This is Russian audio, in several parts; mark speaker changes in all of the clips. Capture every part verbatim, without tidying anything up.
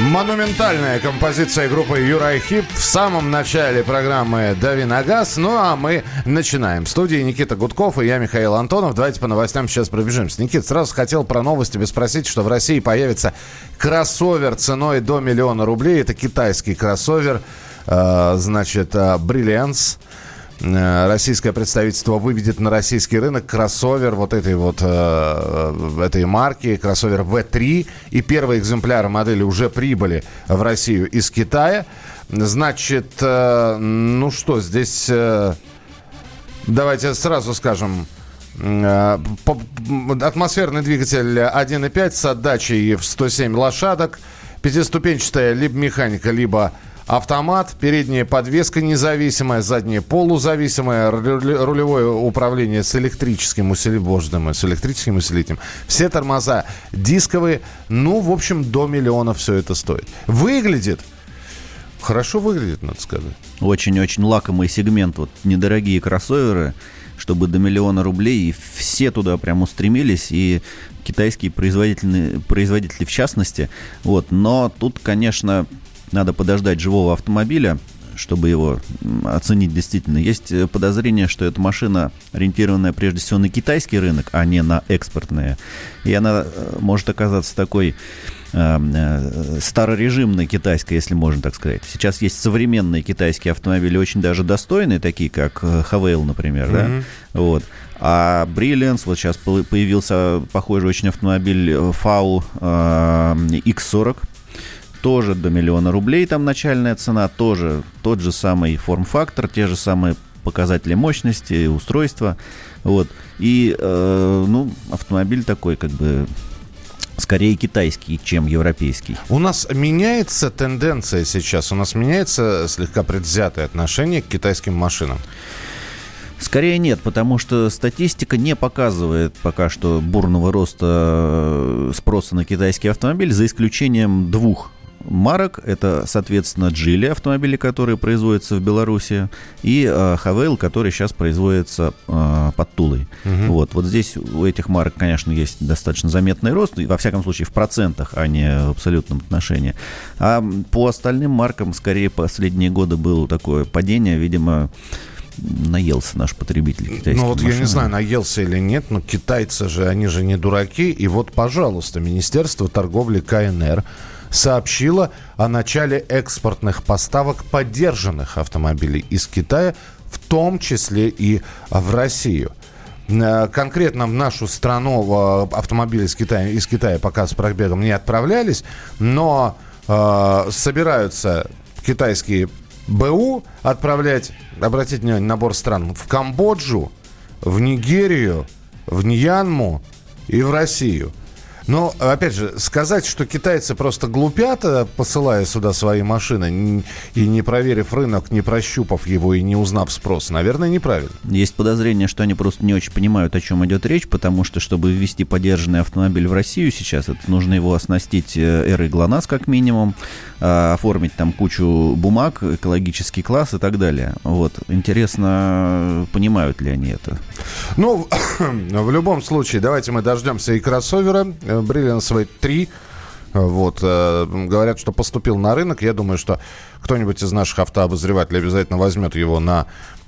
Speaker 1: Монументальная композиция группы Юрай Хип в самом начале программы «Дави на газ». Ну, а мы начинаем. В студии Никита Гудков и я, Михаил Антонов. Давайте по новостям сейчас пробежимся. Никита, сразу хотел про новости тебя спросить, что в России появится кроссовер ценой до миллиона рублей. Это китайский кроссовер, э, значит, Brilliance. Российское представительство выведет на российский рынок кроссовер вот этой вот э, этой марки, кроссовер ви три. И первые экземпляры модели уже прибыли в Россию из Китая. Значит, э, ну что, здесь э, давайте сразу скажем, э, по, атмосферный двигатель один и пять с отдачей в сто семь лошадок, пятиступенчатая либо механика, либо автомат, передняя подвеска независимая, задняя полузависимая, рулевое управление с электрическим усилителем, с электрическим усилителем. Все тормоза дисковые. Ну, в общем, до миллиона все это стоит. Выглядит, хорошо выглядит, надо сказать.
Speaker 2: Очень-очень лакомый сегмент. Вот недорогие кроссоверы, чтобы до миллиона рублей, и все туда прям устремились, и китайские производители, производители в частности. Вот. Но тут, конечно, надо подождать живого автомобиля, чтобы его оценить действительно. Есть подозрение, что эта машина ориентированная прежде всего на китайский рынок, а не на экспортные. И она может оказаться такой э, старорежимной китайской, если можно так сказать. Сейчас есть современные китайские автомобили, очень даже достойные, такие как Хавейл, например. Mm-hmm. Да? Вот. А Brilliance, вот сейчас появился похожий очень автомобиль фау э, икс сорок. Тоже до миллиона рублей там начальная цена, тоже тот же самый форм-фактор, те же самые показатели мощности, устройства. Вот. И, э, ну, автомобиль такой, как бы, скорее китайский, чем европейский.
Speaker 1: У нас меняется тенденция сейчас, у нас меняется слегка предвзятое отношение к китайским машинам?
Speaker 2: Скорее нет, потому что статистика не показывает пока что бурного роста спроса на китайский автомобиль, за исключением двух марок. Это, соответственно, Geely автомобили, которые производятся в Беларуси, и э, Хавейл, который сейчас производится э, под Тулой. Угу. Вот. Вот здесь у этих марок, конечно, есть достаточно заметный рост, и, во всяком случае, в процентах, а не в абсолютном отношении. А по остальным маркам, скорее, последние годы было такое падение, видимо, наелся наш потребитель китайский.
Speaker 1: Ну вот машины. Я не знаю, наелся или нет, но китайцы же, они же не дураки. И вот, пожалуйста, Министерство торговли ка эн эр сообщило о начале экспортных поставок подержанных автомобилей из Китая, в том числе и в Россию. Конкретно в нашу страну автомобили из Китая, из Китая пока с пробегом не отправлялись, но э, собираются китайские БУ отправлять, обратите внимание, набор стран, в Камбоджу, в Нигерию, в Мьянму и в Россию. Но, опять же, сказать, что китайцы просто глупят, посылая сюда свои машины, и не проверив рынок, не прощупав его и не узнав спрос, наверное, неправильно.
Speaker 2: Есть подозрение, что они просто не очень понимают, о чем идет речь, потому что, чтобы ввести подержанный автомобиль в Россию сейчас, это нужно его оснастить эрой ГЛОНАСС как минимум, оформить там кучу бумаг, экологический класс и так далее. Вот. Интересно, понимают ли они это?
Speaker 1: Ну, в любом случае, давайте мы дождемся и кроссовера Brilliance ви три. Вот, э, говорят, что поступил на рынок. Я думаю, что кто-нибудь из наших автообозревателей обязательно возьмет его на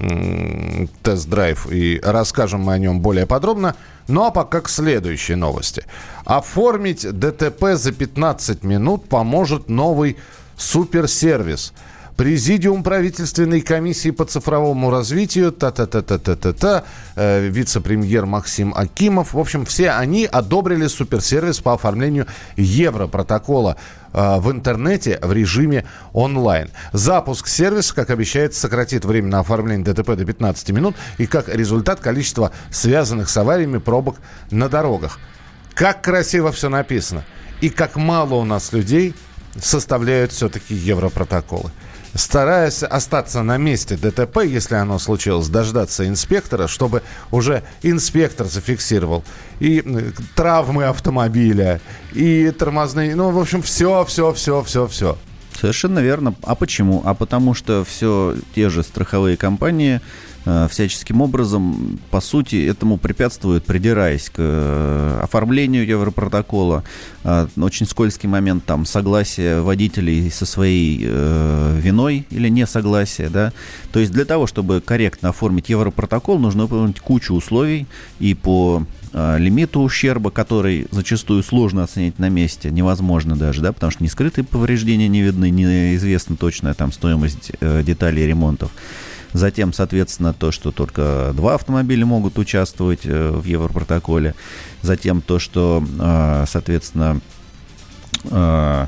Speaker 1: м- тест-драйв, и расскажем мы о нем более подробно. Ну а пока к следующей новости. Оформить ДТП за пятнадцать минут поможет новый суперсервис. Президиум правительственной комиссии по цифровому развитию, та-та-та-та-та-та, э, вице-премьер Максим Акимов. В общем, все они одобрили суперсервис по оформлению Европротокола э, в интернете в режиме онлайн. Запуск сервиса, как обещается, сократит время на оформление ДТП до пятнадцати минут, и как результат количество связанных с авариями пробок на дорогах. Как красиво все написано. И как мало у нас людей составляют все-таки европротоколы. Стараясь остаться на месте ДТП, если оно случилось, дождаться инспектора, чтобы уже инспектор зафиксировал и травмы автомобиля, и тормозные... Ну, в общем, все, все, все, все, все.
Speaker 2: Совершенно верно. А почему? А потому что все те же страховые компании всяческим образом, по сути, этому препятствует, придираясь к оформлению Европротокола. Очень скользкий момент, там, согласие водителей со своей э, виной или несогласие, да. То есть для того, чтобы корректно оформить Европротокол, нужно выполнить кучу условий и по э, лимиту ущерба, который зачастую сложно оценить на месте, невозможно даже, да, потому что ни скрытые повреждения не видны, неизвестна точная там стоимость э, деталей и ремонтов. Затем, соответственно, то, что только два автомобиля могут участвовать э, в Европротоколе. Затем то, что, э, соответственно, э,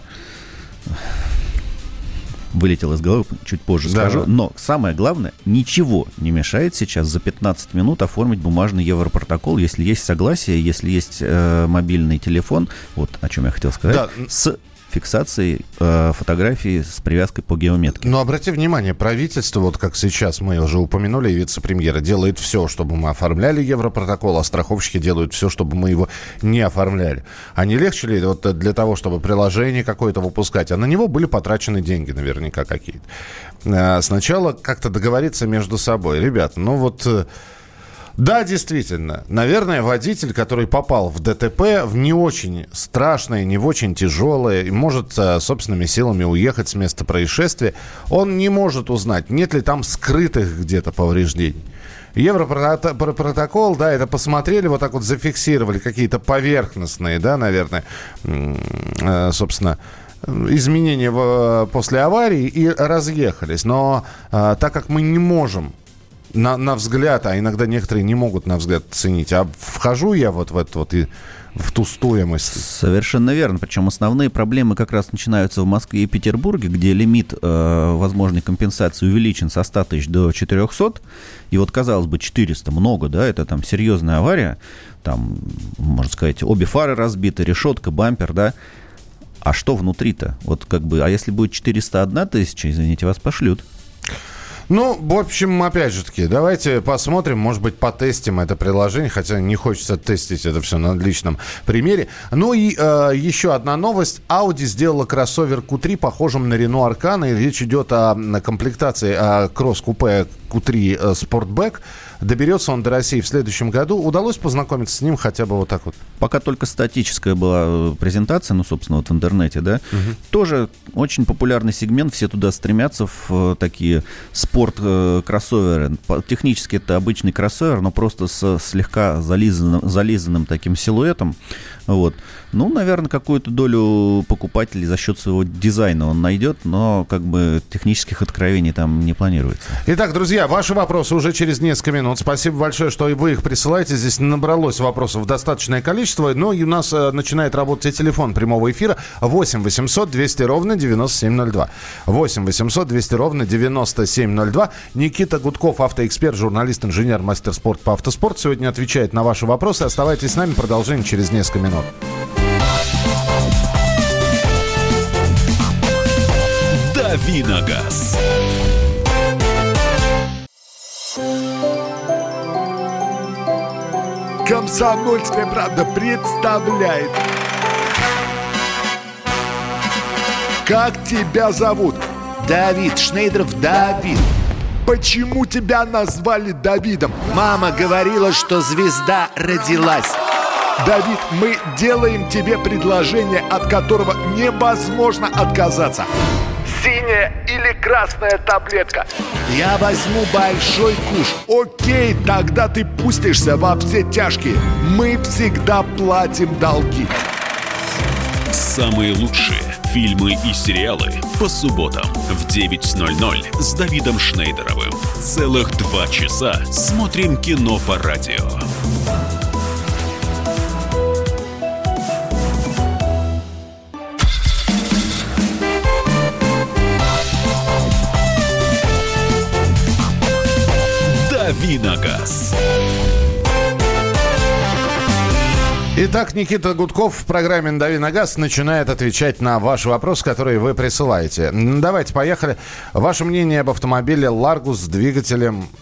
Speaker 2: вылетел из головы, чуть позже
Speaker 1: да,
Speaker 2: скажу.
Speaker 1: да.
Speaker 2: Но самое главное, ничего не мешает сейчас за пятнадцать минут оформить бумажный Европротокол, если есть согласие, если есть э, мобильный телефон, вот о чем я хотел сказать, да. с фиксацией э, фотографии с привязкой по геометке.
Speaker 1: Но обрати внимание, правительство, вот как сейчас мы уже упомянули, и вице-премьера, делает все, чтобы мы оформляли Европротокол, а страховщики делают все, чтобы мы его не оформляли. А не легче ли вот для того, чтобы приложение какое-то выпускать, а на него были потрачены деньги наверняка какие-то. Сначала как-то договориться между собой. Ребята, ну вот... Да, действительно. Наверное, водитель, который попал в ДТП, в не очень страшное, не в очень тяжелое, и может собственными силами уехать с места происшествия, он не может узнать, нет ли там скрытых где-то повреждений. Европротокол, да, это посмотрели, вот так вот зафиксировали какие-то поверхностные, да, наверное, собственно, изменения в, после аварии и разъехались. Но так как мы не можем На, на взгляд, а иногда некоторые не могут на взгляд ценить. А вхожу я вот в это вот и в ту стоимость.
Speaker 2: Совершенно верно. Причем основные проблемы как раз начинаются в Москве и Петербурге, где лимит э, возможной компенсации увеличен со ста тысяч до четырехсот. И вот, казалось бы, четыреста много, да, это там серьезная авария. Там, можно сказать, обе фары разбиты, решетка, бампер, да. А что внутри-то? Вот как бы, а если будет четыреста одна тысяча, извините, вас пошлют.
Speaker 1: Ну, в общем, опять же таки, давайте посмотрим, может быть, потестим это приложение, хотя не хочется тестить это все на личном примере. Ну и э, еще одна новость. Audi сделала кроссовер кью три похожим на Renault Arcana, и речь идет о комплектации о кросс-купе кью три Sportback. Доберется он до России в следующем году. Удалось познакомиться с ним хотя бы вот так вот?
Speaker 2: Пока только статическая была презентация, ну, собственно, вот в интернете, да. Угу. Тоже очень популярный сегмент, все туда стремятся, в такие спорт-кроссоверы. Технически это обычный кроссовер, но просто с слегка зализанным, зализанным таким силуэтом. Вот. Ну, наверное, какую-то долю покупателей за счет своего дизайна он найдет, но как бы технических откровений там не планируется.
Speaker 1: Итак, друзья, ваши вопросы уже через несколько минут. Спасибо большое, что вы их присылаете. Здесь набралось вопросов достаточное количество. Но и у нас э, начинает работать телефон прямого эфира восемь восемьсот двести ровно девяносто семь ноль два. восемь восемьсот двести ровно девяносто семь ноль два. Никита Гудков, автоэксперт, журналист, инженер, мастер спорта по автоспорту, сегодня отвечает на ваши вопросы. Оставайтесь с нами, продолжение через несколько минут.
Speaker 3: Давиногаз.
Speaker 4: Комсомольская правда представляет. Как тебя зовут?
Speaker 5: Давид Шнейдров Давид.
Speaker 4: Почему тебя назвали Давидом?
Speaker 5: Мама говорила, что звезда родилась.
Speaker 4: Давид, мы делаем тебе предложение, от которого невозможно отказаться. Синяя или красная таблетка?
Speaker 5: Я возьму большой куш.
Speaker 4: Окей, тогда ты пустишься во все тяжкие. Мы всегда платим долги.
Speaker 3: Самые лучшие фильмы и сериалы по субботам в девять ноль ноль с Давидом Шнейдеровым. Целых два часа смотрим кино по радио. Давиногаз.
Speaker 1: Итак, Никита Гудков в программе «Дави на газ» начинает отвечать на ваши вопросы, которые вы присылаете. Давайте, поехали. Ваше мнение об автомобиле Largus с двигателем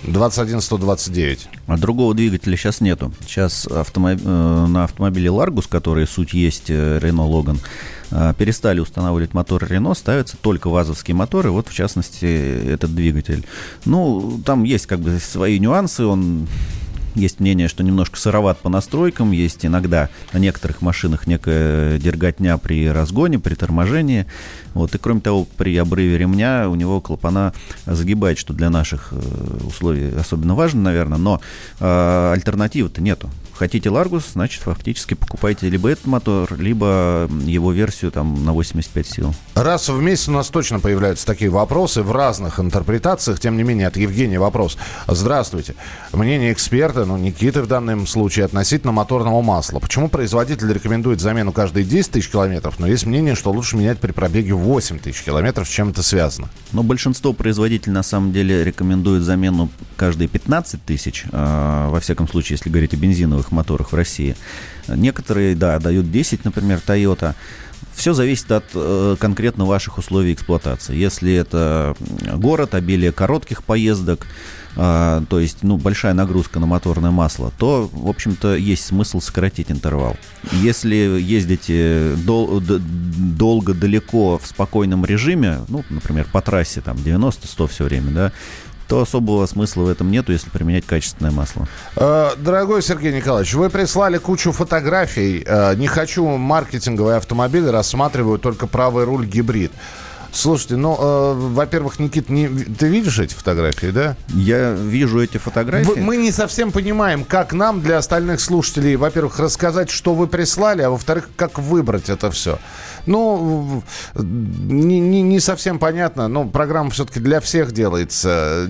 Speaker 1: двадцать один сто двадцать девять.
Speaker 2: А другого двигателя сейчас нету. Сейчас автомоб... на автомобиле Largus, который суть есть Renault Logan, перестали устанавливать моторы Renault, ставятся только вазовские моторы, вот в частности этот двигатель. Ну, там есть как бы свои нюансы, он... Есть мнение, что немножко сыроват по настройкам, есть иногда на некоторых машинах некая дерготня при разгоне, при торможении. Вот. И кроме того, при обрыве ремня у него клапана загибает, что для наших условий особенно важно, наверное, но э, альтернативы-то нету. Хотите Largus, значит, фактически покупайте либо этот мотор, либо его версию там, на восемьдесят пять сил.
Speaker 1: Раз в месяц у нас точно появляются такие вопросы в разных интерпретациях. Тем не менее, от Евгения вопрос. Здравствуйте. Мнение эксперта, ну, Никиты в данном случае, относительно моторного масла. Почему производитель рекомендует замену каждые десять тысяч километров, но есть мнение, что лучше менять при пробеге восемь тысяч километров, с чем это связано?
Speaker 2: Но большинство производителей, на самом деле, рекомендуют замену каждые пятнадцать тысяч, э, во всяком случае, если говорить о бензиновых моторах в России. Некоторые, да, дают десять, например, Toyota. Все зависит от э, конкретно ваших условий эксплуатации. Если это город, обилие коротких поездок, э, то есть, ну, большая нагрузка на моторное масло, то, в общем-то, есть смысл сократить интервал. Если ездите дол- д- долго, далеко в спокойном режиме, ну, например, по трассе там девяносто-сто все время, да, то особого смысла в этом нету, если применять качественное масло.
Speaker 1: Дорогой Сергей Николаевич, вы прислали кучу фотографий. Не хочу маркетинговый автомобиль, рассматриваю только правый руль гибрид. Слушайте, ну, э, во-первых, Никит, не, ты видишь эти фотографии, да?
Speaker 2: Я вижу эти фотографии.
Speaker 1: Мы не совсем понимаем, как нам, для остальных слушателей, во-первых, рассказать, что вы прислали, а во-вторых, как выбрать это все. Ну, не, не, не совсем понятно, но программа все-таки для всех делается.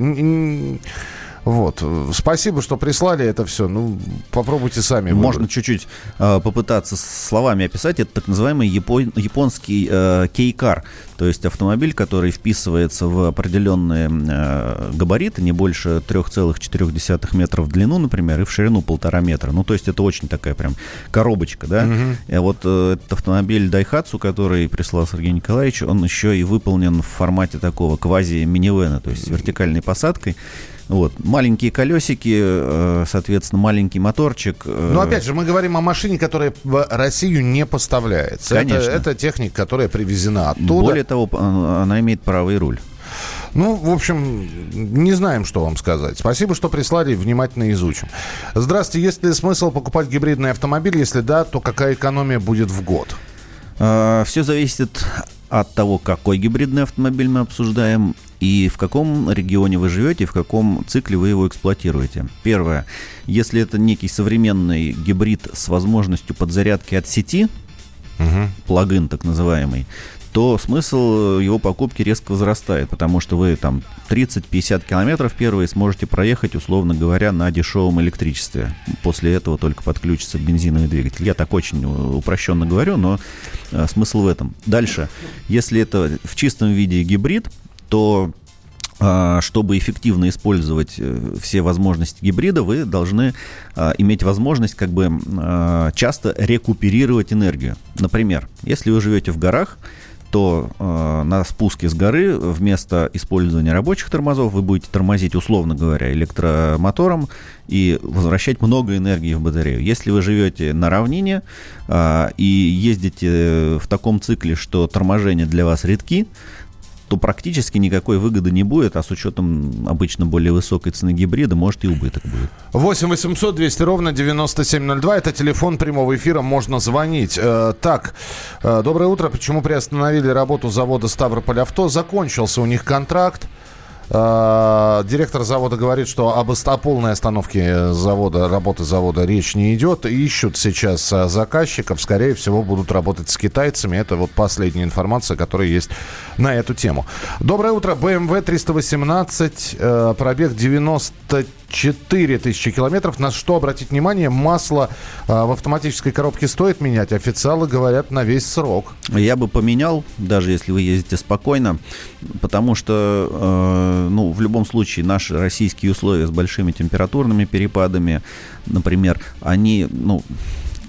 Speaker 1: Вот. Спасибо, что прислали это все. Ну, попробуйте сами.
Speaker 2: Можно
Speaker 1: выбрать.
Speaker 2: чуть-чуть э, попытаться словами описать. Это так называемый япон, японский э, кей-кар. То есть автомобиль, который вписывается в определенные э, габариты, не больше три целых четыре десятых метра в длину, например, и в ширину полтора метра. Ну, то есть это очень такая прям коробочка, да. Uh-huh. И вот э, этот автомобиль Daihatsu, который прислал Сергей Николаевич, он еще и выполнен в формате такого квази-минивэна, то есть с вертикальной посадкой. Вот. Маленькие колесики, соответственно, маленький моторчик.
Speaker 1: Но опять же, мы говорим о машине, которая в Россию не поставляется.
Speaker 2: Конечно.
Speaker 1: Это, это техника, которая привезена оттуда.
Speaker 2: Более того, она имеет правый руль.
Speaker 1: Ну, в общем, не знаем, что вам сказать. Спасибо, что прислали, внимательно изучим. Здравствуйте, есть ли смысл покупать гибридный автомобиль? Если да, то какая экономия будет в год?
Speaker 2: Все зависит от того, какой гибридный автомобиль мы обсуждаем и в каком регионе вы живете, и в каком цикле вы его эксплуатируете. Первое. Если это некий современный гибрид с возможностью подзарядки от сети, угу. плагин так называемый, то смысл его покупки резко возрастает, потому что вы там тридцать-пятьдесят километров первые сможете проехать, условно говоря, на дешевом электричестве. После этого только подключится бензиновый двигатель. Я так очень упрощенно говорю, но а, смысл в этом. Дальше, если это в чистом виде гибрид, то а, чтобы эффективно использовать все возможности гибрида, вы должны а, иметь возможность как бы а, часто рекуперировать энергию. Например, если вы живете в горах, то э, на спуске с горы вместо использования рабочих тормозов вы будете тормозить, условно говоря, электромотором и возвращать много энергии в батарею. Если вы живете на равнине э, и ездите в таком цикле, что торможения для вас редки, то практически никакой выгоды не будет, а с учетом обычно более высокой цены гибрида, может и убыток будет.
Speaker 1: восемь восемьсот двести ровно девяносто семь ноль два. Это телефон прямого эфира, можно звонить. Э, так, э, доброе утро. Почему приостановили работу завода Ставрополь Авто? Закончился у них контракт. Э, директор завода говорит, что об о полной остановке завода, работы завода речь не идет. Ищут сейчас заказчиков. Скорее всего, будут работать с китайцами. Это вот последняя информация, которая есть на эту тему. Доброе утро. бэ эм вэ триста восемнадцать, э, пробег девяносто четыре тысячи километров. На что обратить внимание? Масло э, в автоматической коробке стоит менять. Официалы говорят на весь срок.
Speaker 2: Я бы поменял, даже если вы ездите спокойно, потому что, э, ну, в любом случае, наши российские условия с большими температурными перепадами, например, они, ну,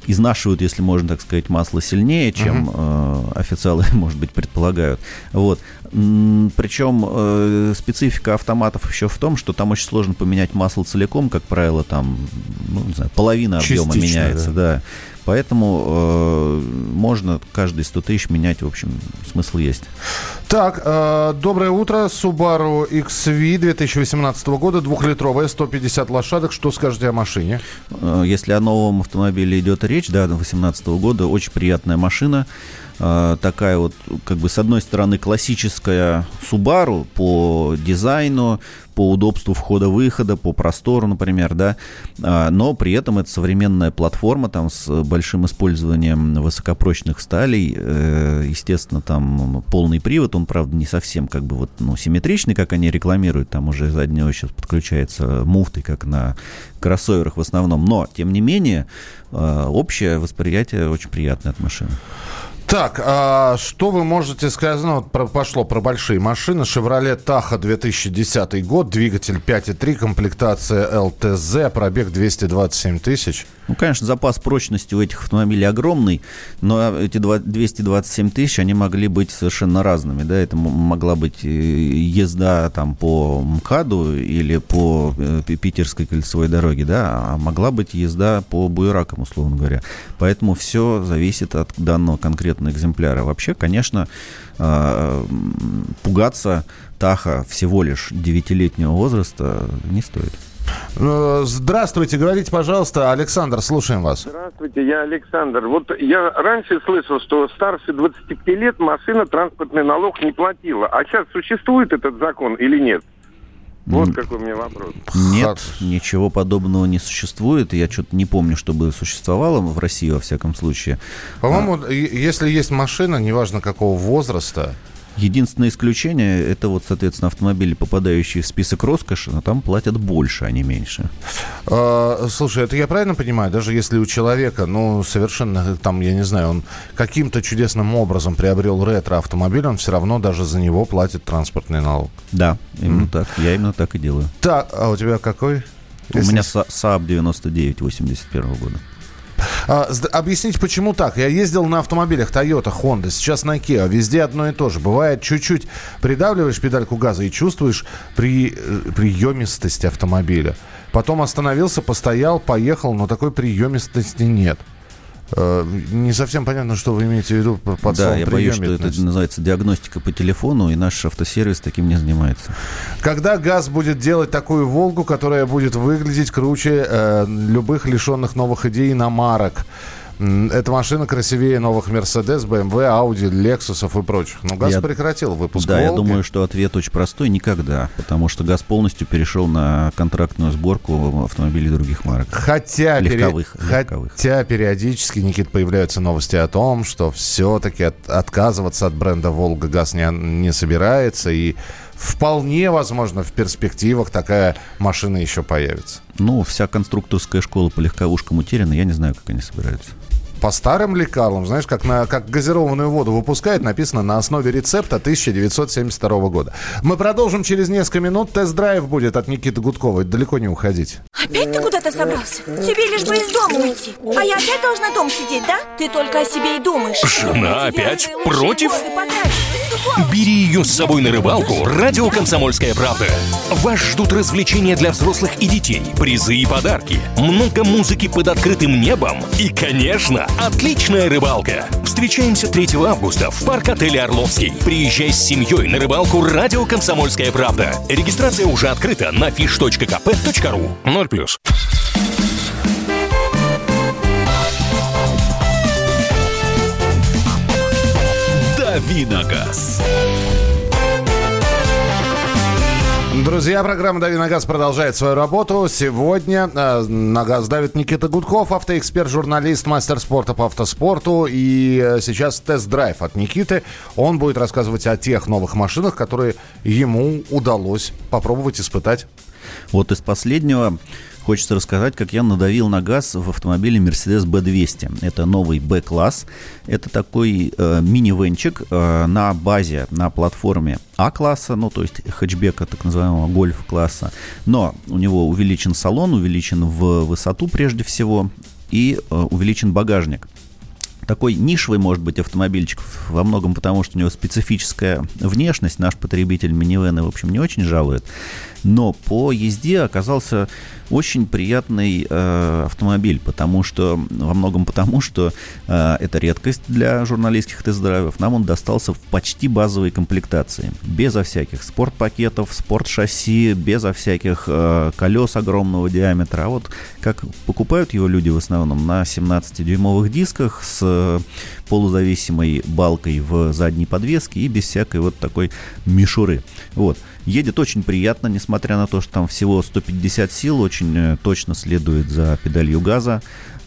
Speaker 2: изнашивают, если можно так сказать, масло сильнее, чем uh-huh. э, официалы, может быть, предполагают. Вот. Причем э, специфика автоматов еще в том, что там очень сложно поменять масло целиком, как правило, там, ну, не знаю, половина объема
Speaker 1: частично,
Speaker 2: меняется, да. да. Поэтому э, можно каждые сто тысяч менять, в общем, смысл есть.
Speaker 1: Так, э, доброе утро. Subaru икс ви две тысячи восемнадцатого года, двухлитровая, сто пятьдесят лошадок. Что скажете о машине?
Speaker 2: Если о новом автомобиле идет речь, да, две тысячи восемнадцатого года, очень приятная машина. Такая вот, как бы, с одной стороны, классическая Subaru по дизайну, по удобству входа-выхода, по простору, например, да, но при этом это современная платформа там с большим использованием высокопрочных сталей, естественно, там полный привод, он, правда, не совсем, как бы, вот, ну, симметричный, как они рекламируют, там уже задняя ось подключается муфтой, как на кроссоверах в основном, но, тем не менее, общее восприятие очень приятное от машины.
Speaker 1: Так, а что вы можете сказать? Ну, вот про, пошло про большие машины. Chevrolet Tahoe две тысячи десятый год, двигатель пять и три, комплектация эл тэ зэ, пробег двести двадцать семь тысяч.
Speaker 2: Ну, конечно, запас прочности у этих автомобилей огромный, но эти двести двадцать семь тысяч, они могли быть совершенно разными, да, это могла быть езда там по МКАДу или по Питерской кольцевой дороге, да, а могла быть езда по буеракам, условно говоря. Поэтому все зависит от данного конкретного экземпляра. Вообще, конечно, пугаться Tahoe всего лишь девятилетнего возраста не стоит.
Speaker 1: Здравствуйте, говорите, пожалуйста, Александр, слушаем вас.
Speaker 6: Здравствуйте, я Александр. Вот я раньше слышал, что старше двадцати пяти лет машина транспортный налог не платила. А сейчас существует этот закон или нет? Вот mm. какой у меня вопрос.
Speaker 2: Нет, ничего подобного не существует. Я что-то не помню, чтобы существовало в России, во всяком случае.
Speaker 1: По-моему, а... если есть машина, неважно какого возраста...
Speaker 2: Единственное исключение – это, вот, соответственно, автомобили, попадающие в список роскоши, но там платят больше, а не меньше.
Speaker 1: А, слушай, это я правильно понимаю? Даже если у человека, ну, совершенно, там, я не знаю, он каким-то чудесным образом приобрел ретро-автомобиль, он все равно даже за него платит транспортный налог.
Speaker 2: Да, именно mm. так. Я именно так и делаю.
Speaker 1: Так, а у тебя какой?
Speaker 2: У если... меня Saab девяносто девять восемьдесят первого года.
Speaker 1: А, объясните, почему так? Я ездил на автомобилях Toyota, Honda, сейчас на Kia, везде одно и то же. Бывает, чуть-чуть придавливаешь педальку газа и чувствуешь при, приемистость автомобиля. Потом остановился, постоял, поехал, но такой приемистости нет. Не совсем понятно, что вы имеете в виду под
Speaker 2: Да, я боюсь, что это называется диагностика по телефону, и наш автосервис таким не занимается.
Speaker 1: Когда ГАЗ будет делать такую «Волгу», которая будет выглядеть круче э, любых лишенных новых идей иномарок? Эта машина красивее новых Mercedes, бэ эм вэ, Audi, Lexus'ов и прочих. Но ГАЗ я... прекратил выпуск
Speaker 2: Да,
Speaker 1: «Волги».
Speaker 2: Я думаю, что ответ очень простой. Никогда. Потому что ГАЗ полностью перешел на контрактную сборку автомобилей других марок.
Speaker 1: Хотя,
Speaker 2: легковых,
Speaker 1: пере...
Speaker 2: легковых.
Speaker 1: Хотя периодически, Никит, появляются новости о том, что все-таки от... отказываться от бренда «Волга» ГАЗ не, не собирается. И вполне возможно в перспективах такая машина еще появится.
Speaker 2: Ну, вся конструкторская школа по легковушкам утеряна. Я не знаю, как они собираются.
Speaker 1: По старым лекалам, знаешь, как, на, как газированную воду выпускают, написано на основе рецепта тысяча девятьсот семьдесят второго года. Мы продолжим через несколько минут. Тест-драйв будет от Никиты Гудкова. Далеко не уходите.
Speaker 7: Опять ты куда-то собрался? Тебе лишь бы из дома уйти. А я опять должна дома сидеть, да? Ты только о себе и думаешь.
Speaker 3: Жена опять против? Бери ее с собой на рыбалку. Радио «Комсомольская правда». Вас ждут развлечения для взрослых и детей, призы и подарки, много музыки под открытым небом и, конечно, отличная рыбалка. Встречаемся третьего августа в парк-отеле «Орловский». Приезжай с семьей на рыбалку «Радио «Комсомольская правда». Регистрация уже открыта на фиш точка ка пэ точка ру. ноль плюс. Давиногаз.
Speaker 1: Друзья, программа «Дави на газ» продолжает свою работу. Сегодня э, на газ давит Никита Гудков, автоэксперт, журналист, мастер спорта по автоспорту. И э, сейчас тест-драйв от Никиты. Он будет рассказывать о тех новых машинах, которые ему удалось попробовать испытать.
Speaker 2: Вот из последнего хочется рассказать, как я надавил на газ в автомобиле Mercedes бэ двести. Это новый B-класс. Это такой э, мини-венчик э, на базе, на платформе А-класса, ну, то есть хэтчбека, так называемого гольф-класса. Но у него увеличен салон, увеличен в высоту прежде всего. и э, увеличен багажник. Такой нишевый, может быть, автомобильчик во многом потому, что у него специфическая внешность. Наш потребитель минивэны, в общем, не очень жалует. Но по езде оказался очень приятный э, автомобиль, потому что, во многом потому, что э, это редкость для журналистских тест-драйвов. Нам он достался в почти базовой комплектации. Безо всяких спортпакетов, спортшасси, безо всяких э, колес огромного диаметра. А вот как покупают его люди в основном на семнадцатидюймовых дисках с полузависимой балкой в задней подвеске и без всякой вот такой мишуры. Вот. Едет очень приятно, несмотря на то, что там всего сто пятьдесят сил, очень точно следует за педалью газа.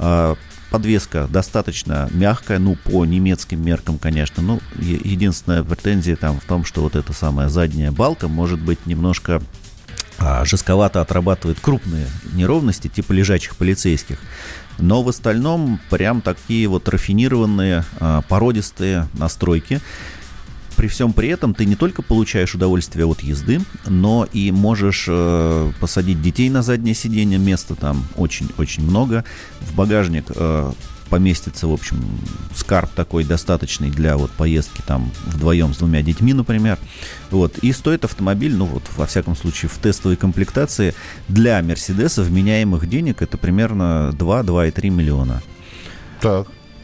Speaker 2: Подвеска достаточно мягкая, ну, по немецким меркам, конечно. Ну, единственная претензия там в том, что вот эта самая задняя балка может быть немножко а, жестковато отрабатывает крупные неровности, типа лежачих полицейских. Но в остальном прям такие вот рафинированные, а, породистые настройки. При всем при этом ты не только получаешь удовольствие от езды, но и можешь э, посадить детей на заднее сиденье. Места там очень-очень много. В багажник э, поместится, в общем, скарб такой достаточный для вот поездки там вдвоем с двумя детьми, например. Вот. И стоит автомобиль, ну вот, во всяком случае, в тестовой комплектации для Мерседеса вменяемых денег это примерно два-два и три миллиона.
Speaker 1: Так.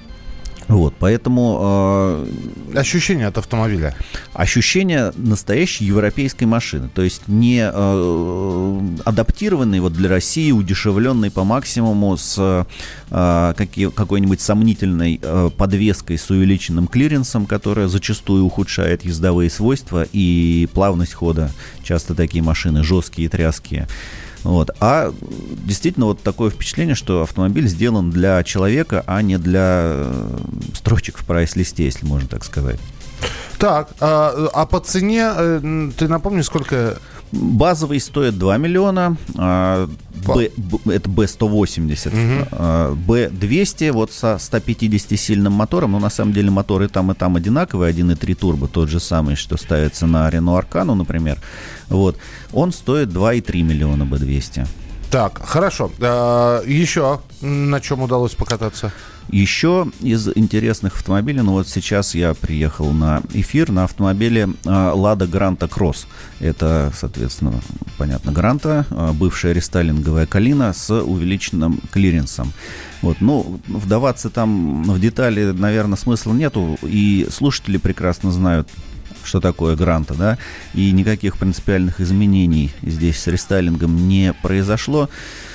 Speaker 2: Вот, поэтому...
Speaker 1: Э, ощущение от автомобиля?
Speaker 2: Ощущение настоящей европейской машины. То есть не э, адаптированной вот для России, удешевленной по максимуму с э, какие, какой-нибудь сомнительной э, подвеской с увеличенным клиренсом, которая зачастую ухудшает ездовые свойства и плавность хода. Часто такие машины жесткие и тряские. Вот. А действительно вот такое впечатление, что автомобиль сделан для человека, а не для строчек в прайс-листе, если можно так сказать.
Speaker 1: Так, а, а по цене, ты напомни, сколько...
Speaker 2: Базовый стоит два миллиона, а, B, B, это би сто восемьдесят, угу. а, би двести вот со ста пятидесятисильным мотором, но на самом деле моторы там и там одинаковые, один и три турбо, тот же самый, что ставится на Renault Arcana, например, вот, он стоит два и три миллиона би двести.
Speaker 1: Так, хорошо, а, еще на чем удалось покататься?
Speaker 2: Еще из интересных автомобилей, ну вот сейчас я приехал на эфир на автомобиле Lada Granta Cross. Это, соответственно, понятно, Гранта, бывшая рестайлинговая Калина с увеличенным клиренсом. Вот, ну, вдаваться там в детали, наверное, смысла нету, и слушатели прекрасно знают, что такое Гранта, да, и никаких принципиальных изменений здесь с рестайлингом не произошло.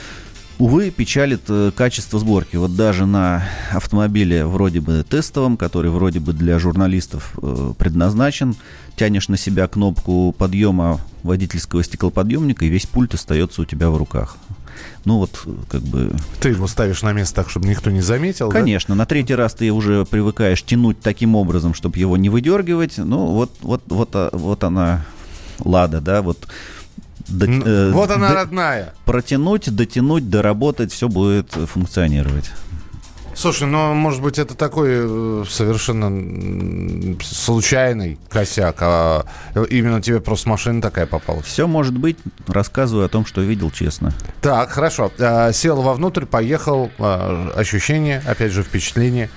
Speaker 2: Увы, печалит э, качество сборки. Вот даже на автомобиле вроде бы тестовом, который вроде бы для журналистов э, предназначен, тянешь на себя кнопку подъема водительского стеклоподъемника, и весь пульт остается у тебя в руках. Ну вот, как бы...
Speaker 1: Ты его ставишь на место так, чтобы никто не заметил,
Speaker 2: конечно, да? На третий раз ты уже привыкаешь тянуть таким образом, чтобы его не выдергивать. Ну, вот, вот, вот, вот она, Лада, да, вот... До, э,
Speaker 1: вот она,
Speaker 2: до,
Speaker 1: родная.
Speaker 2: Протянуть, дотянуть, доработать, все будет функционировать.
Speaker 1: Слушай, ну, может быть, это такой э, совершенно случайный косяк, а именно тебе просто машина такая попалась?
Speaker 2: Все может быть. Рассказываю о том, что видел, честно.
Speaker 1: Так, хорошо. А, сел вовнутрь, поехал. А, ощущения, опять же, впечатления.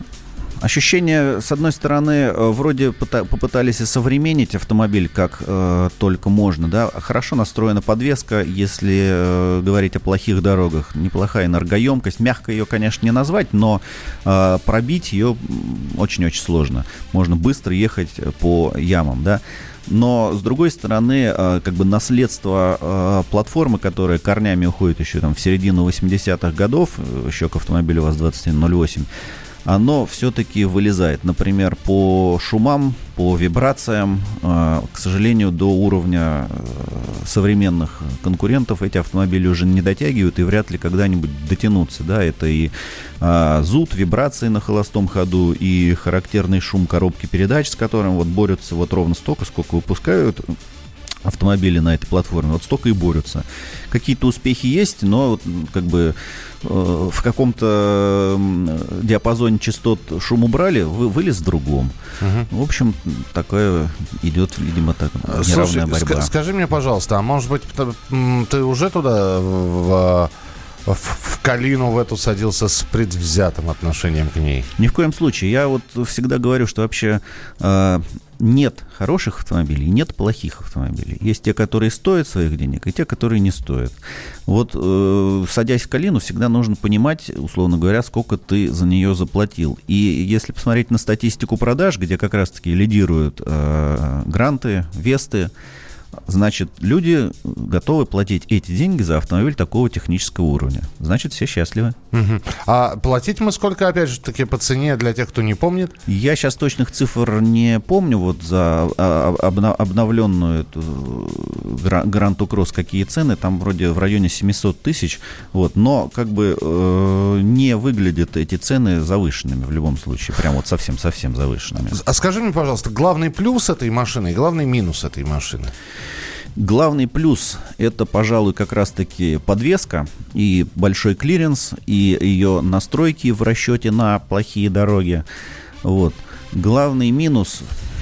Speaker 2: Ощущение, с одной стороны, вроде попытались и современнить автомобиль как э, только можно, да, хорошо настроена подвеска, если э, говорить о плохих дорогах, неплохая энергоемкость, мягко ее, конечно, не назвать, но э, пробить ее очень-очень сложно, можно быстро ехать по ямам, да. Но, с другой стороны, э, как бы наследство э, платформы, которая корнями уходит еще там в середину восьмидесятых годов, еще к автомобилю ВАЗ-двадцать один ноль восемь, оно все-таки вылезает. Например, по шумам, по вибрациям, э, к сожалению, до уровня э, современных конкурентов эти автомобили уже не дотягивают и вряд ли когда-нибудь дотянутся. Да? Это и э, зуд, вибрации на холостом ходу, и характерный шум коробки передач, с которым вот борются вот ровно столько, сколько выпускают автомобили на этой платформе, вот столько и борются. Какие-то успехи есть, но как бы э, в каком-то диапазоне частот шум убрали, вы, вылез в другом. Угу. В общем, такая идет, видимо, так, неравная борьба.
Speaker 1: Ск- скажи мне, пожалуйста, а может быть, ты уже туда в, в, в Калину в эту садился с предвзятым отношением к ней?
Speaker 2: Ни в коем случае. Я вот всегда говорю, что вообще э, нет хороших автомобилей, нет плохих автомобилей. Есть те, которые стоят своих денег, и те, которые не стоят. Вот э, садясь в Калину, всегда нужно понимать, условно говоря, сколько ты за нее заплатил. И если посмотреть на статистику продаж, где как раз-таки лидируют э, Гранты, Весты, значит, люди готовы платить эти деньги за автомобиль такого технического уровня. Значит, все счастливы.
Speaker 1: Угу. А платить мы сколько, опять же, таки по цене для тех, кто не помнит?
Speaker 2: Я сейчас точных цифр не помню. Вот за обновленную эту Grand Tour какие цены. Там вроде в районе семьсот тысяч. Вот. Но как бы э, не выглядят эти цены завышенными в любом случае. Прям вот совсем-совсем завышенными.
Speaker 1: А скажи мне, пожалуйста, главный плюс этой машины и главный минус этой машины?
Speaker 2: Главный плюс – это, пожалуй, как раз-таки подвеска и большой клиренс, и ее настройки в расчете на плохие дороги. Вот. Главный минус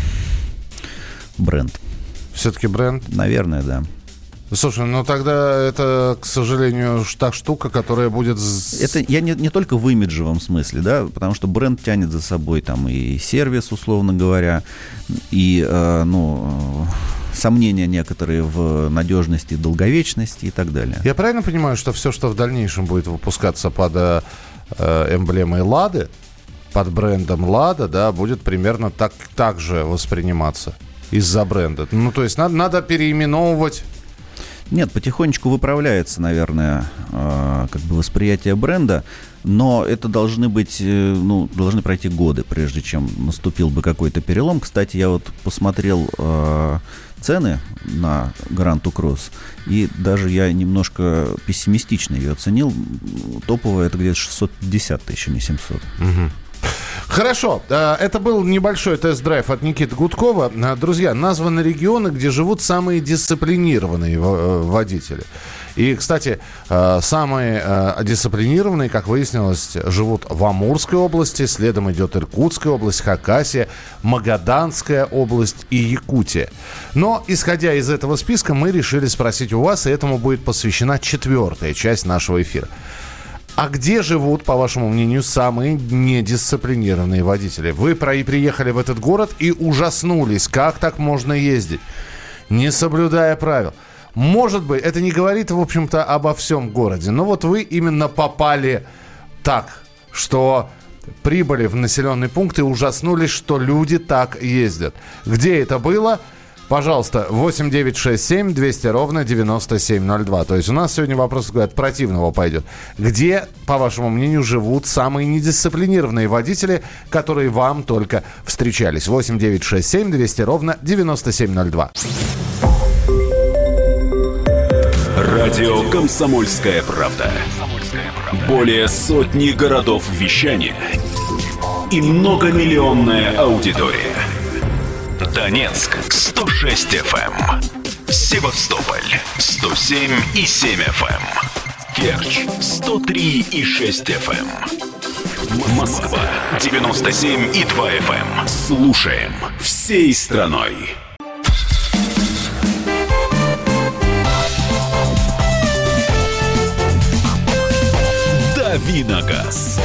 Speaker 2: – бренд.
Speaker 1: Все-таки бренд?
Speaker 2: Наверное, да.
Speaker 1: Слушай, ну тогда это, к сожалению, та штука, которая будет...
Speaker 2: Это я не, не только в имиджевом смысле, да, потому что бренд тянет за собой там и сервис, условно говоря, и, э, ну... сомнения некоторые в надежности, долговечности и так далее.
Speaker 1: Я правильно понимаю, что все, что в дальнейшем будет выпускаться под э, эмблемой «Лады», под брендом «Лада», да, будет примерно так, так же восприниматься из-за бренда? Ну, то есть надо, надо переименовывать...
Speaker 2: Нет, потихонечку выправляется, наверное, э, как бы восприятие бренда, но это должны быть, э, ну, должны пройти годы, прежде чем наступил бы какой-то перелом. Кстати, я вот посмотрел э, цены на Grand Cross, и даже я немножко пессимистично ее оценил. Топовая это где-то шестьсот пятьдесят тысяч, а не семьсот.
Speaker 1: Угу. Хорошо, это был небольшой тест-драйв от Никиты Гудкова. Друзья, названы регионы, где живут самые дисциплинированные водители. И, кстати, самые дисциплинированные, как выяснилось, живут в Амурской области, следом идет Иркутская область, Хакасия, Магаданская область и Якутия. Но, исходя из этого списка, мы решили спросить у вас, и этому будет посвящена четвертая часть нашего эфира. А где живут, по вашему мнению, самые недисциплинированные водители? Вы приехали в этот город и ужаснулись, как так можно ездить, не соблюдая правил. Может быть, это не говорит, в общем-то, обо всем городе, но вот вы именно попали так, что прибыли в населенный пункт и ужаснулись, что люди так ездят. Где это было? Пожалуйста, восемь девятьсот шестьдесят семь двести ровно девяносто семь ноль два. То есть у нас сегодня вопрос от противного пойдет. Где, по вашему мнению, живут самые недисциплинированные водители, которые вам только встречались? восемь девятьсот шестьдесят семь двести ровно девяносто семь ноль два.
Speaker 3: Радио «Комсомольская правда». Более сотни городов вещания и многомиллионная аудитория. Донецк сто шесть эф эм, Севастополь сто семь и семь эф эм, Керчь сто три и шесть эф эм, Москва девяносто семь и два эф эм. Слушаем всей страной. Дави на газ.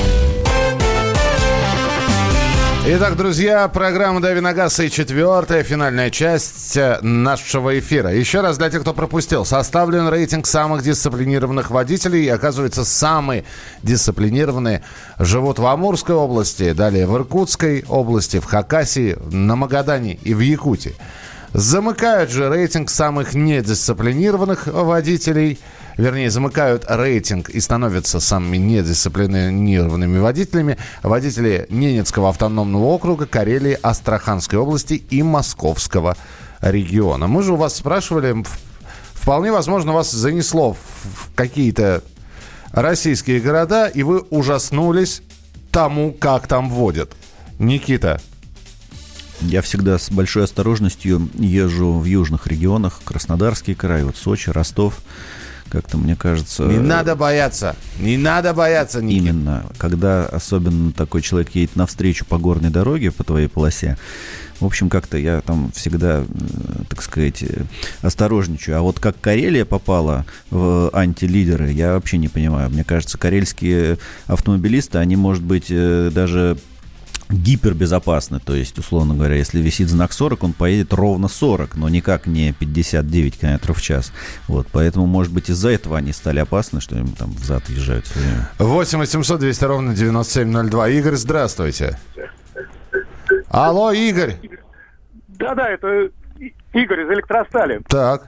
Speaker 1: Итак, друзья, программа «Дави на газ» и четвертая, финальная часть нашего эфира. Еще раз для тех, кто пропустил. Составлен рейтинг самых дисциплинированных водителей. И, оказывается, самые дисциплинированные живут в Амурской области, далее в Иркутской области, в Хакасии, на Магадане и в Якутии. Замыкают же рейтинг самых недисциплинированных водителей, вернее, замыкают рейтинг и становятся самыми недисциплинированными водителями водители Ненецкого автономного округа, Карелии, Астраханской области и Московского региона. Мы же у вас спрашивали, вполне возможно, вас занесло в какие-то российские города, и вы ужаснулись тому, как там водят. Никита.
Speaker 2: Я всегда с большой осторожностью езжу в южных регионах. Краснодарский край, вот Сочи, Ростов. Как-то, мне кажется...
Speaker 1: Не надо бояться, не надо бояться, Никит.
Speaker 2: Именно, когда особенно такой человек едет навстречу по горной дороге, по твоей полосе, в общем, как-то я там всегда, так сказать, осторожничаю. А вот как Карелия попала в антилидеры, я вообще не понимаю. Мне кажется, карельские автомобилисты, они, может быть, даже... гипербезопасны, то есть, условно говоря, если висит знак сорок, он поедет ровно сорок, но никак не пятьдесят девять километров в час. Вот, поэтому, может быть, из-за этого они стали опасны, что им там взад езжают все время.
Speaker 1: восемь восемьсот двести ровно девяносто семь ноль два. Игорь, здравствуйте. Алло, Игорь.
Speaker 8: Да-да, это Игорь из Электростали.
Speaker 1: Так.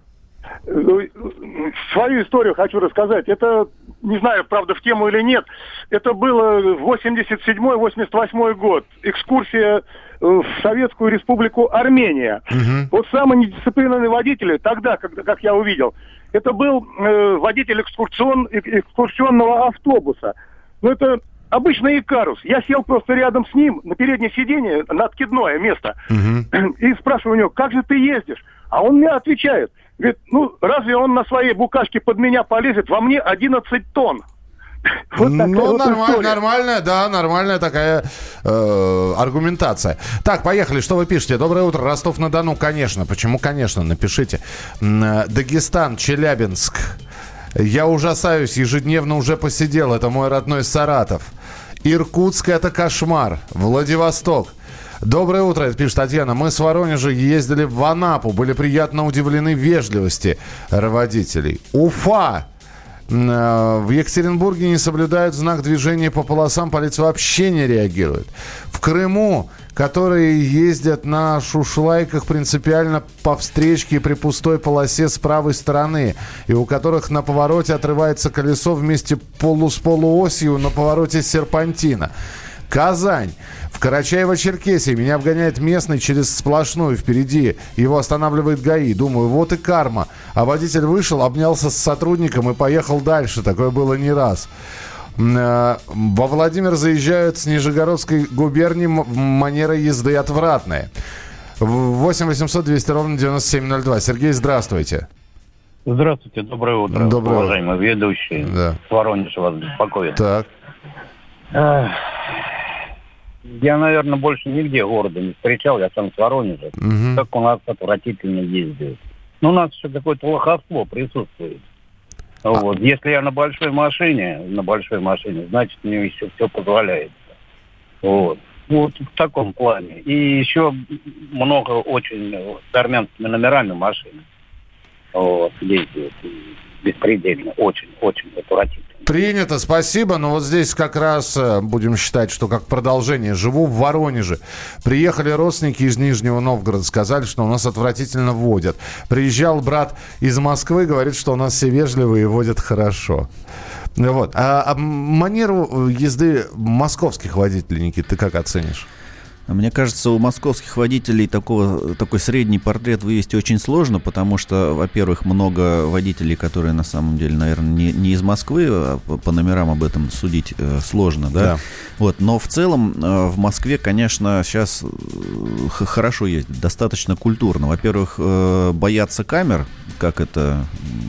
Speaker 8: Свою историю хочу рассказать. Это, не знаю, правда, в тему или нет. Это было восемьдесят седьмой восемьдесят восьмой год. Экскурсия в Советскую Республику Армения. Угу. Вот самый недисциплинированный водитель тогда, когда, как я увидел, это был э, водитель экскурсион, экскурсионного автобуса. Ну, это обычный Икарус. Я сел просто рядом с ним на переднее сиденье, на откидное место. Угу. И спрашиваю у него, как же ты ездишь? А он мне отвечает. Говорит, ну, разве он на своей букашке под меня полезет? Во мне одиннадцать тонн.
Speaker 1: Вот ну, вот нормаль, нормальная, да, нормальная такая э, аргументация. Так, поехали, что вы пишете? Доброе утро, Ростов-на-Дону, конечно. Почему, конечно, напишите. Дагестан, Челябинск. Я ужасаюсь, ежедневно уже посидел. Это мой родной Саратов. Иркутск, это кошмар. Владивосток. Доброе утро, это пишет Татьяна. Мы с Воронежа ездили в Анапу. Были приятно удивлены вежливости водителей. Уфа. В Екатеринбурге не соблюдают знак движения по полосам. Полиция вообще не реагирует. В Крыму, которые ездят на шушлайках принципиально по встречке при пустой полосе с правой стороны. И у которых на повороте отрывается колесо вместе полу с полуосью на повороте серпантина. Казань. В Карачаево-Черкесии меня обгоняет местный через сплошную впереди. Его останавливает ГАИ. Думаю, вот и карма. А водитель вышел, обнялся с сотрудником и поехал дальше. Такое было не раз. Во Владимир заезжают с Нижегородской губернии. Манера езды отвратная. восемь восемьсот двести ровно девяносто семь ноль два. Сергей, здравствуйте.
Speaker 9: Здравствуйте, доброе утро.
Speaker 1: Доброе
Speaker 9: уважаемые утро. Ведущие.
Speaker 1: Да.
Speaker 9: С Воронежа вас беспокоит.
Speaker 1: Так.
Speaker 9: Я, наверное, больше нигде города не встречал, я сам с Воронежа.
Speaker 1: Угу.
Speaker 9: Как у нас отвратительно ездят. Но у нас еще какое-то лоховство присутствует. А. Вот. Если я на большой машине, на большой машине, значит, мне еще все позволяется. Вот. Вот в таком плане. И еще много очень с армянскими номерами машин. Вот, ездят. Беспредельно. Очень, очень отвратительно.
Speaker 1: Принято, спасибо. Но вот здесь как раз будем считать, что как продолжение. Живу в Воронеже. Приехали родственники из Нижнего Новгорода. Сказали, что у нас отвратительно водят. Приезжал брат из Москвы. Говорит, что у нас все вежливые и водят хорошо. Вот. А, а манеру езды московских водителей, Никит, ты как оценишь?
Speaker 2: Мне кажется, у московских водителей такого, такой средний портрет вывести очень сложно, потому что, во-первых, много водителей, которые на самом деле, наверное, не, не из Москвы, а по номерам об этом судить э, сложно, да? Да. Вот, но в целом э, в Москве, конечно, сейчас э, хорошо ездить, достаточно культурно. Во-первых, э, боятся камер, как это,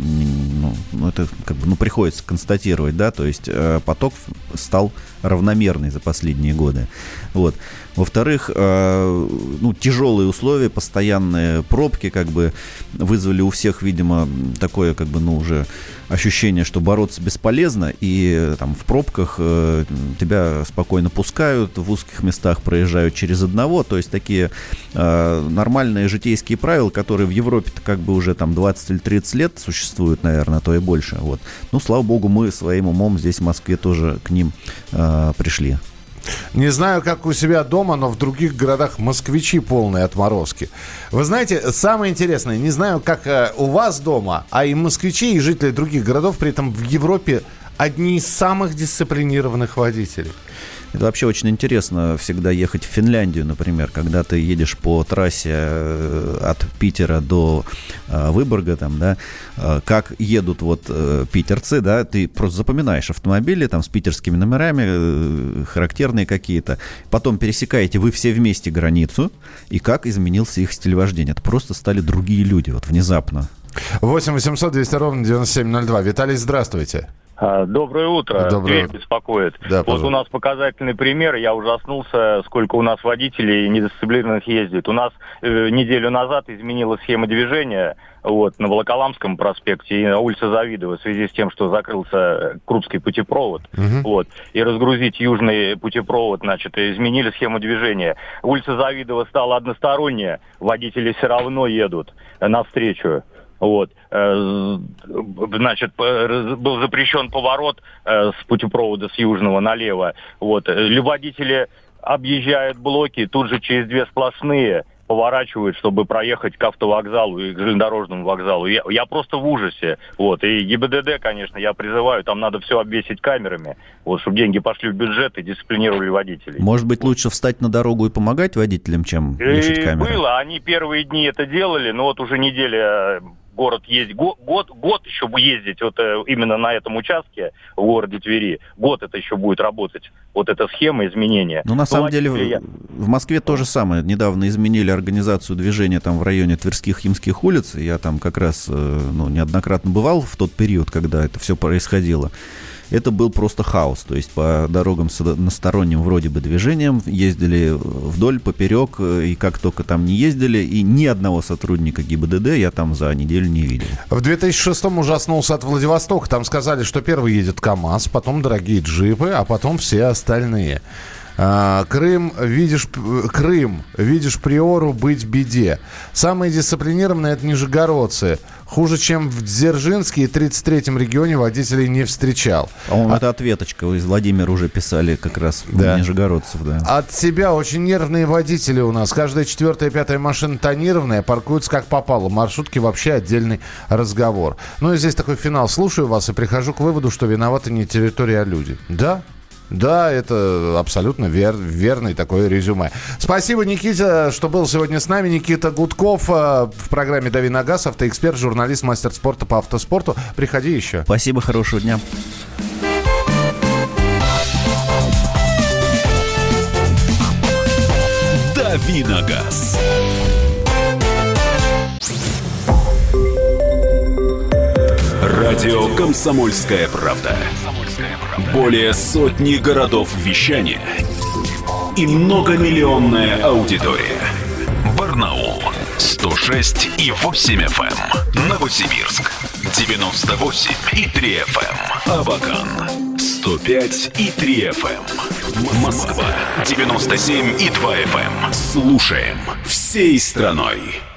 Speaker 2: ну, ну, это как бы, ну, приходится констатировать, да, то есть э, поток стал равномерный за последние годы. Вот. Во-вторых, э, ну, тяжелые условия, постоянные пробки, как бы вызвали у всех, видимо, такое, как бы, ну, уже ощущение, что бороться бесполезно, и там в пробках э, тебя спокойно пускают, в узких местах проезжают через одного, то есть такие э, нормальные житейские правила, которые в Европе-то как бы уже там двадцать или тридцать лет существуют, наверное, а то и больше. Вот. Ну, слава богу, мы своим умом здесь в Москве тоже к ним э, пришли.
Speaker 1: Не знаю, как у себя дома, но в других городах москвичи полные отморозки. Вы знаете, самое интересное, не знаю, как у вас дома, а и москвичи, и жители других городов, при этом в Европе одни из самых дисциплинированных водителей.
Speaker 2: Это вообще очень интересно всегда ехать в Финляндию, например, когда ты едешь по трассе от Питера до э, Выборга, там, да, э, как едут вот э, питерцы, да, ты просто запоминаешь автомобили там с питерскими номерами, э, характерные какие-то, потом пересекаете вы все вместе границу, и как изменился их стиль вождения. Это просто стали другие люди, вот внезапно.
Speaker 1: восемь восемьсот двести ровно девяносто семь ноль два. Виталий, здравствуйте.
Speaker 10: Доброе утро.
Speaker 1: Доброе.
Speaker 10: Дверь беспокоит.
Speaker 1: Да,
Speaker 10: вот
Speaker 1: пожалуйста.
Speaker 10: у нас показательный пример. Я ужаснулся, сколько у нас водителей недисциплинированных ездит. У нас э, неделю назад изменилась схема движения вот, на Волоколамском проспекте и на улице Завидово в связи с тем, что закрылся Крупский путепровод.
Speaker 1: Угу.
Speaker 10: Вот, и разгрузить южный путепровод, значит, изменили схему движения. Улица Завидово стала односторонняя. Водители все равно едут навстречу. Вот, значит, был запрещен поворот с путепровода с южного налево. Вот, водители объезжают блоки, тут же через две сплошные поворачивают, чтобы проехать к автовокзалу и к железнодорожному вокзалу. Я, я просто в ужасе. Вот, и ГИБДД, конечно, я призываю, там надо все обвесить камерами, вот, чтобы деньги пошли в бюджет и дисциплинировали водителей.
Speaker 2: Может быть, лучше встать на дорогу и помогать водителям, чем вешать камеры?
Speaker 10: Было, они первые дни это делали, но вот уже неделя... Город есть год, год, год еще бы ездить вот э, именно на этом участке в городе Твери. Год это еще будет работать. Вот эта схема изменения.
Speaker 2: Ну, на самом
Speaker 10: ну,
Speaker 2: деле,
Speaker 10: я...
Speaker 2: в Москве то же самое. Недавно изменили организацию движения там в районе Тверских, Химских улиц. Я там как раз э, ну, неоднократно бывал в тот период, когда это все происходило. Это был просто хаос. То есть по дорогам с односторонним вроде бы движением ездили вдоль, поперек, и как только там не ездили, и ни одного сотрудника ГИБДД я там за неделю не видел.
Speaker 1: В две тысячи шестом ужаснулся от Владивостока. Там сказали, что первый едет КАМАЗ, потом дорогие джипы, а потом все остальные. Крым, видишь, Крым, видишь, приору быть беде. Самые дисциплинированные — это нижегородцы. Хуже, чем в Дзержинске и тридцать третьем регионе водителей не встречал.
Speaker 2: По-моему,
Speaker 1: а...
Speaker 2: это ответочка. Из Владимира уже писали как раз
Speaker 1: да.
Speaker 2: нижегородцев. Да.
Speaker 1: От себя очень нервные водители у нас. Каждая четвертая и пятая машина тонированная, паркуются как попало. Маршрутки вообще отдельный разговор. Ну и здесь такой финал. Слушаю вас и прихожу к выводу, что виноваты не территория, а люди. Да? Да, это абсолютно вер, верный такой резюме. Спасибо, Никита, что был сегодня с нами. Никита Гудков в программе «Дави на газ», автоэксперт, журналист, мастер спорта по автоспорту. Приходи еще.
Speaker 2: Спасибо, хорошего дня.
Speaker 3: «Дави на газ». Радио «Комсомольская правда». Более сотни городов вещания и многомиллионная аудитория. Барнаул сто шесть и восемь эф эм, Новосибирск девяносто восемь и три эф эм, Абакан сто пять и три эф эм, Москва девяносто семь и два эф эм. Слушаем всей страной.